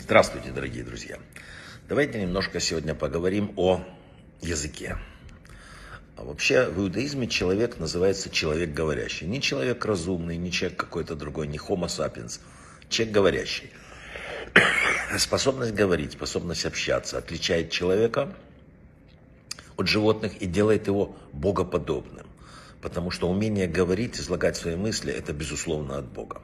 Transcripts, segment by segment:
Здравствуйте, дорогие друзья. Давайте немножко сегодня поговорим о языке. А вообще в иудаизме человек называется человек говорящий. Не человек разумный, не человек какой-то другой, не homo sapiens. Человек говорящий. Способность говорить, способность общаться отличает человека от животных и делает его богоподобным. Потому что умение говорить, излагать свои мысли, это безусловно от Бога.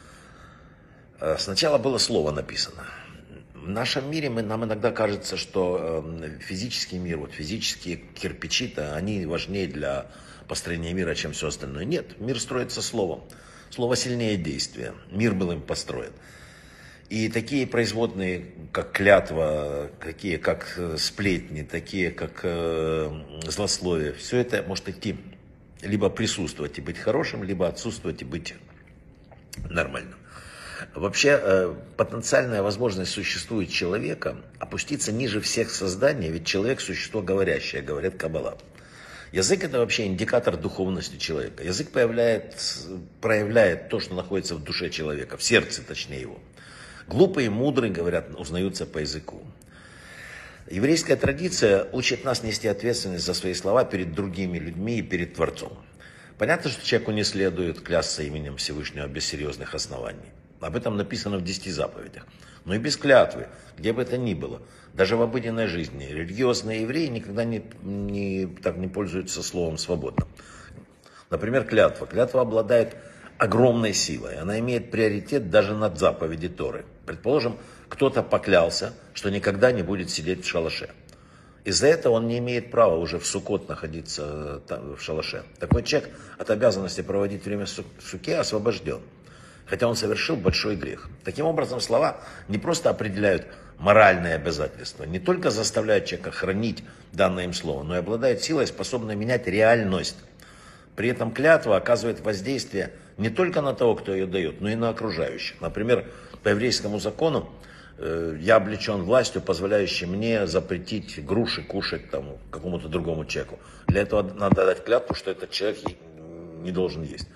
Сначала было слово написано. В нашем мире нам иногда кажется, что физический мир, физические кирпичи-то, они важнее для построения мира, чем все остальное. Нет, мир строится словом. Слово сильнее действия. Мир был им построен. И такие производные, как клятва, такие как сплетни, такие как злословие, все это может идти, либо присутствовать и быть хорошим, либо отсутствовать и быть нормальным. Вообще, потенциальная возможность существует человека опуститься ниже всех созданий, ведь человек – существо говорящее, говорят Каббала. Язык – это вообще индикатор духовности человека. Язык проявляет то, что находится в душе человека, в сердце точнее его. Глупые и мудрые, говорят, узнаются по языку. Еврейская традиция учит нас нести ответственность за свои слова перед другими людьми и перед Творцом. Понятно, что человеку не следует клясться именем Всевышнего без серьезных оснований. Об этом написано в 10 заповедях. Но и без клятвы, где бы это ни было, даже в обыденной жизни, религиозные евреи никогда не пользуются словом свободно. Например, клятва. Клятва обладает огромной силой. Она имеет приоритет даже над заповеди Торы. Предположим, кто-то поклялся, что никогда не будет сидеть в шалаше. Из-за этого он не имеет права уже в Суккот находиться в шалаше. Такой человек от обязанности проводить время в суке освобожден. Хотя он совершил большой грех. Таким образом, слова не просто определяют моральные обязательства, не только заставляют человека хранить данное им слово, но и обладают силой, способной менять реальность. При этом клятва оказывает воздействие не только на того, кто ее дает, но и на окружающих. Например, по еврейскому закону я облечен властью, позволяющей мне запретить груши кушать какому-то другому человеку. Для этого надо дать клятву, что этот человек не должен есть.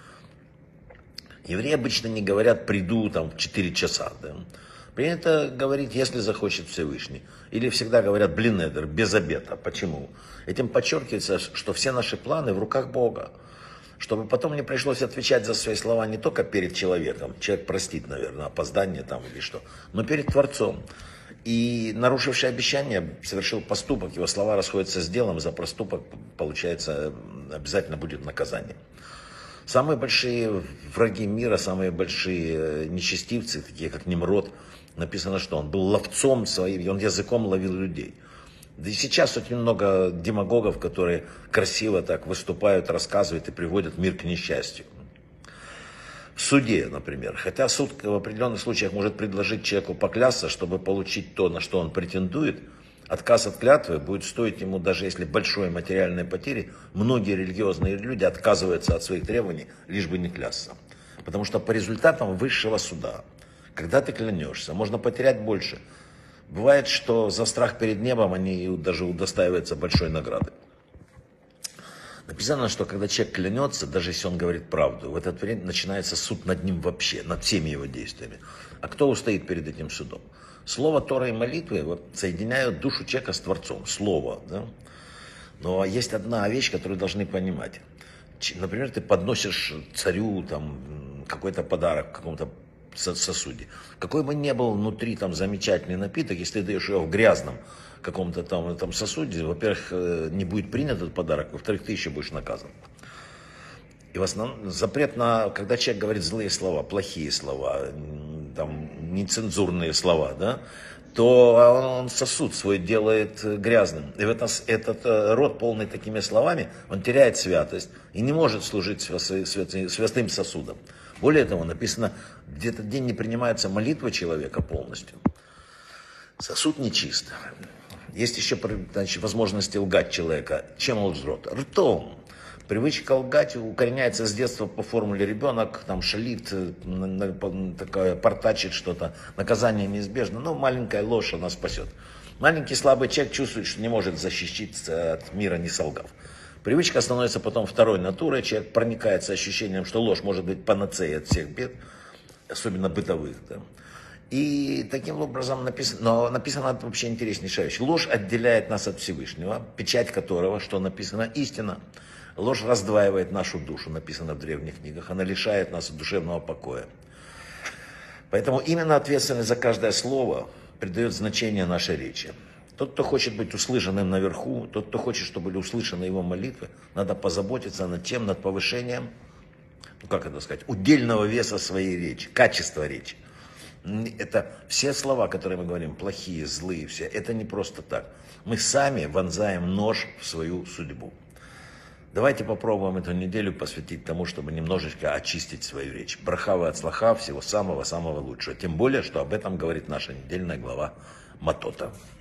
Евреи обычно не говорят «приду в 4 часа». Да? Принято говорить «если захочет Всевышний». Или всегда говорят «блинедер», без обета. Почему? Этим подчеркивается, что все наши планы в руках Бога. Чтобы потом не пришлось отвечать за свои слова не только перед человеком. Человек простит, наверное, опоздание или что. Но перед Творцом. И нарушивший обещание совершил поступок. Его слова расходятся с делом. За проступок, получается, обязательно будет наказание. Самые большие враги мира, самые большие нечестивцы, такие как Немрод, написано, что он был ловцом своим, и он языком ловил людей. Да и сейчас очень много демагогов, которые красиво так выступают, рассказывают и приводят мир к несчастью. В суде, например, хотя суд в определенных случаях может предложить человеку поклясться, чтобы получить то, на что он претендует, отказ от клятвы будет стоить ему, даже если большой материальной потери, многие религиозные люди отказываются от своих требований, лишь бы не клясться. Потому что по результатам высшего суда, когда ты клянешься, можно потерять больше. Бывает, что за страх перед небом они даже удостаиваются большой награды. Написано, что когда человек клянется, даже если он говорит правду, в это время начинается суд над ним вообще, над всеми его действиями. А кто устоит перед этим судом? Слово Тора и молитвы соединяют душу человека с Творцом. Слово. Да? Но есть одна вещь, которую должны понимать. Например, ты подносишь царю какой-то подарок в каком-то сосуде. Какой бы ни был внутри замечательный напиток, если ты даешь его в грязном каком-то сосуде, во-первых, не будет принят этот подарок, во-вторых, ты еще будешь наказан. И в основном запрет когда человек говорит злые слова, плохие слова, нецензурные слова, да, то он сосуд свой делает грязным. И этот рот, полный такими словами, он теряет святость и не может служить святым сосудом. Более того, написано, в этот день не принимается молитва человека полностью. Сосуд нечист. Есть еще возможность лгать человека. Чем он лжет? Ртом. Привычка лгать укореняется с детства по формуле: ребенок шалит, портачит что-то, наказание неизбежно, но маленькая ложь она спасет. Маленький слабый человек чувствует, что не может защититься от мира, не солгав. Привычка становится потом второй натурой, человек проникается ощущением, что ложь может быть панацеей от всех бед, особенно бытовых. Да? И таким образом написано, но написано вообще интереснейшая вещь. Ложь отделяет нас от Всевышнего, печать которого, что написано, истина. Ложь раздваивает нашу душу, написано в древних книгах. Она лишает нас душевного покоя. Поэтому именно ответственность за каждое слово придает значение нашей речи. Тот, кто хочет быть услышанным наверху, тот, кто хочет, чтобы были услышаны его молитвы, надо позаботиться над тем, над повышением, как это сказать, удельного веса своей речи, качества речи. Это все слова, которые мы говорим, плохие, злые, все, это не просто так. Мы сами вонзаем нож в свою судьбу. Давайте попробуем эту неделю посвятить тому, чтобы немножечко очистить свою речь. Браха ва ацлаха, всего самого-самого лучшего. Тем более, что об этом говорит наша недельная глава Матота.